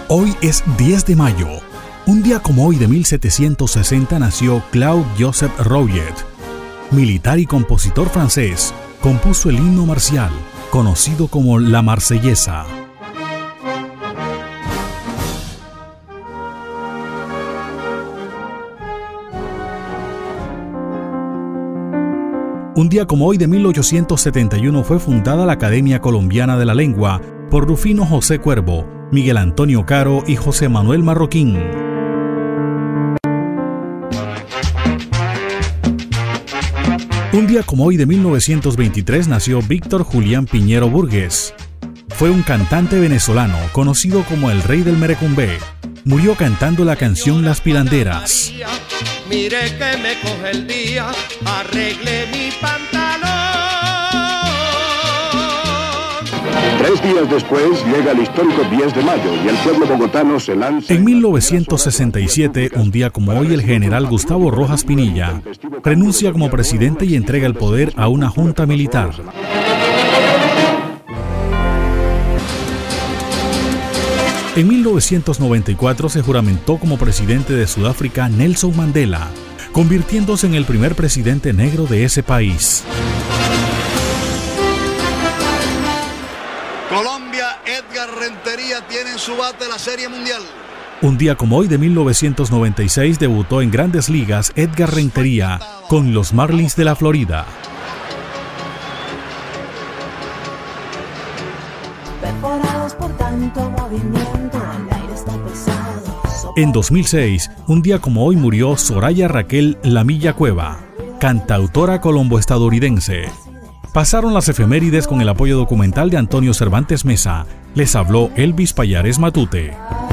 Hoy es 10 de mayo. Un día como hoy de 1760 nació Claude-Joseph Rouget. Militar y compositor francés, compuso el himno marcial, conocido como la Marsellesa. Un día como hoy de 1871 fue fundada la Academia Colombiana de la Lengua por Rufino José Cuervo, Miguel Antonio Caro y José Manuel Marroquín. Un día como hoy de 1923 nació Víctor Julián Piñero Burgues. Fue un cantante venezolano conocido como el Rey del Merecumbé. Murió cantando la canción Las Pilanderas. Mire que me coge el día, arregle mi pantalón. 3 días después llega el histórico 10 de mayo y el pueblo bogotano se lanza... En 1967, un día como hoy, el general Gustavo Rojas Pinilla renuncia como presidente y entrega el poder a una junta militar. En 1994 se juramentó como presidente de Sudáfrica Nelson Mandela, convirtiéndose en el primer presidente negro de ese país. Colombia, Edgar Rentería tiene en su bate la Serie Mundial. Un día como hoy de 1996 debutó en Grandes Ligas Edgar Rentería con los Marlins de la Florida. Perforados por tanto movimiento, el aire está pesado. En 2006, un día como hoy murió Soraya Raquel Lamilla Cueva, cantautora colombo-estadounidense. Pasaron las efemérides con el apoyo documental de Antonio Cervantes Mesa. Les habló Elvis Payares Matute.